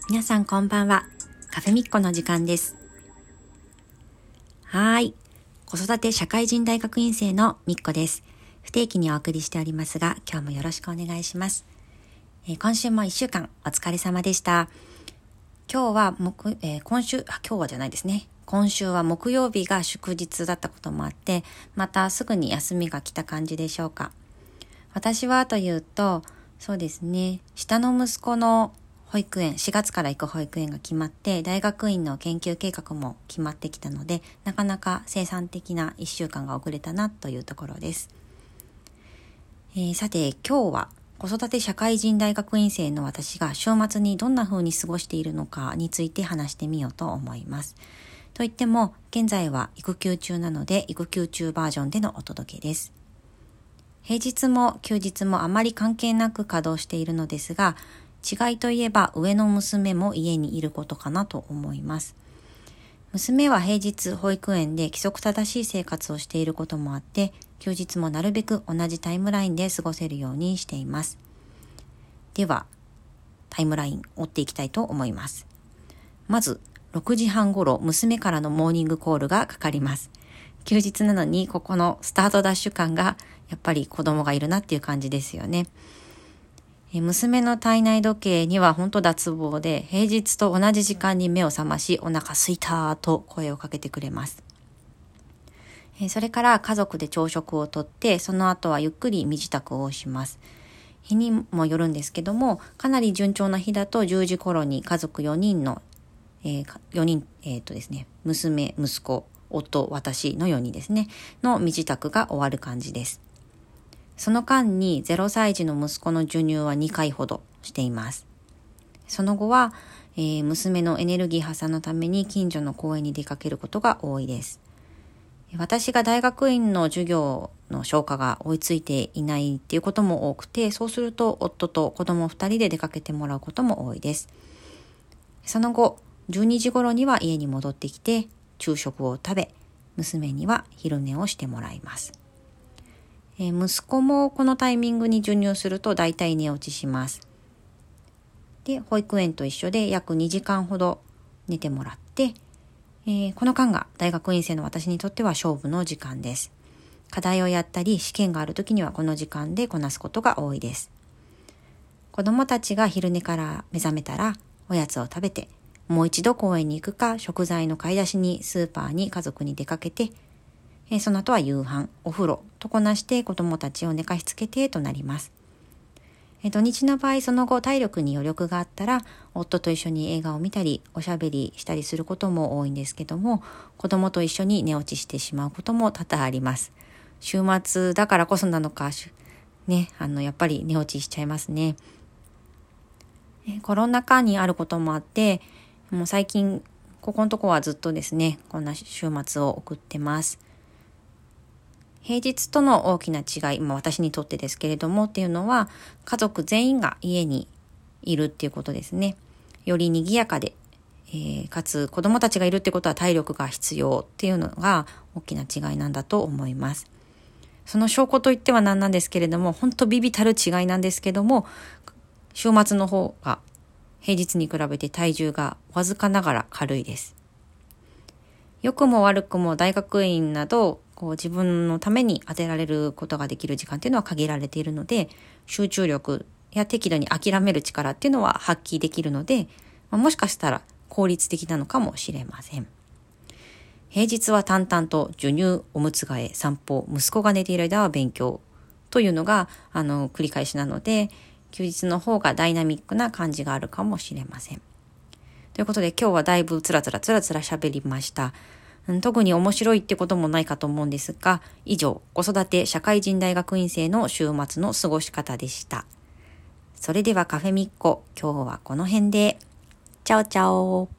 皆さんこんばんは。カフェミッコの時間です。子育て社会人大学院生のみっこです。不定期にお送りしておりますが、今日もよろしくお願いします。今週も1週間お疲れ様でした。今日はじゃないですね。今週は木曜日が祝日だったこともあって、またすぐに休みが来た感じでしょうか。私はというと、そうですね、下の息子の保育園、4月から行く保育園が決まって、大学院の研究計画も決まってきたので、なかなか生産的な1週間が遅れたなというところです。さて、今日は子育て社会人大学院生の私が週末にどんな風に過ごしているのかについて話してみようと思います。といっても、現在は育休中なので、育休中バージョンでのお届けです。平日も休日もあまり関係なく稼働しているのですが、違いといえば上の娘も家にいることかなと思います。娘は平日保育園で規則正しい生活をしていることもあって、休日もなるべく同じタイムラインで過ごせるようにしています。では、タイムライン追っていきたいと思います。まず、6時半頃娘からのモーニングコールがかかります。休日なのにここのスタートダッシュ感がやっぱり子供がいるなっていう感じですよね。娘の体内時計には本当脱帽で、平日と同じ時間に目を覚まし、お腹すいたと声をかけてくれます。それから家族で朝食をとって、その後はゆっくり身支度をします。日にもよるんですけども、かなり順調な日だと10時頃に家族4人の、娘、息子、夫、私の4人ですね、の身支度が終わる感じです。その間に0歳児の息子の授乳は2回ほどしています。その後は、娘のエネルギー発散のために近所の公園に出かけることが多いです。私が大学院の授業の消化が追いついていないっていうことも多くて、そうすると夫と子供2人で出かけてもらうことも多いです。その後、12時頃には家に戻ってきて昼食を食べ、娘には昼寝をしてもらいます。息子もこのタイミングに授乳すると大体寝落ちします。で、保育園と一緒で約2時間ほど寝てもらって、この間が大学院生の私にとっては勝負の時間です。課題をやったり試験がある時にはこの時間でこなすことが多いです。子供たちが昼寝から目覚めたらおやつを食べて、もう一度公園に行くか食材の買い出しにスーパーに家族に出かけて、その後は夕飯、お風呂とこなして子供たちを寝かしつけてとなります。土日の場合、その後体力に余力があったら、夫と一緒に映画を見たり、おしゃべりしたりすることも多いんですけども、子供と一緒に寝落ちしてしまうことも多々あります。週末だからこそなのか、やっぱり寝落ちしちゃいますね。コロナ禍にあることもあって、もう最近、ここのとこはずっとですね、こんな週末を送ってます。平日との大きな違い、私にとってですけれどもっていうのは、家族全員が家にいるっていうことですね。より賑やかで、かつ子供たちがいるってことは体力が必要っていうのが大きな違いなんだと思います。その証拠といっては何なんですけれども、本当微々たる違いなんですけども、週末の方が平日に比べて体重がわずかながら軽いです。良くも悪くも大学院など自分のために当てられることができる時間っていうのは限られているので、集中力や適度に諦める力っていうのは発揮できるので、もしかしたら効率的なのかもしれません。平日は淡々と授乳、おむつ替え、散歩、息子が寝ている間は勉強というのが繰り返しなので、休日の方がダイナミックな感じがあるかもしれません。ということで今日はだいぶつらつら喋りました。特に面白いってこともないかと思うんですが、以上、子育て社会人大学院生の週末の過ごし方でした。それではカフェミッコ、今日はこの辺で。チャオチャオ。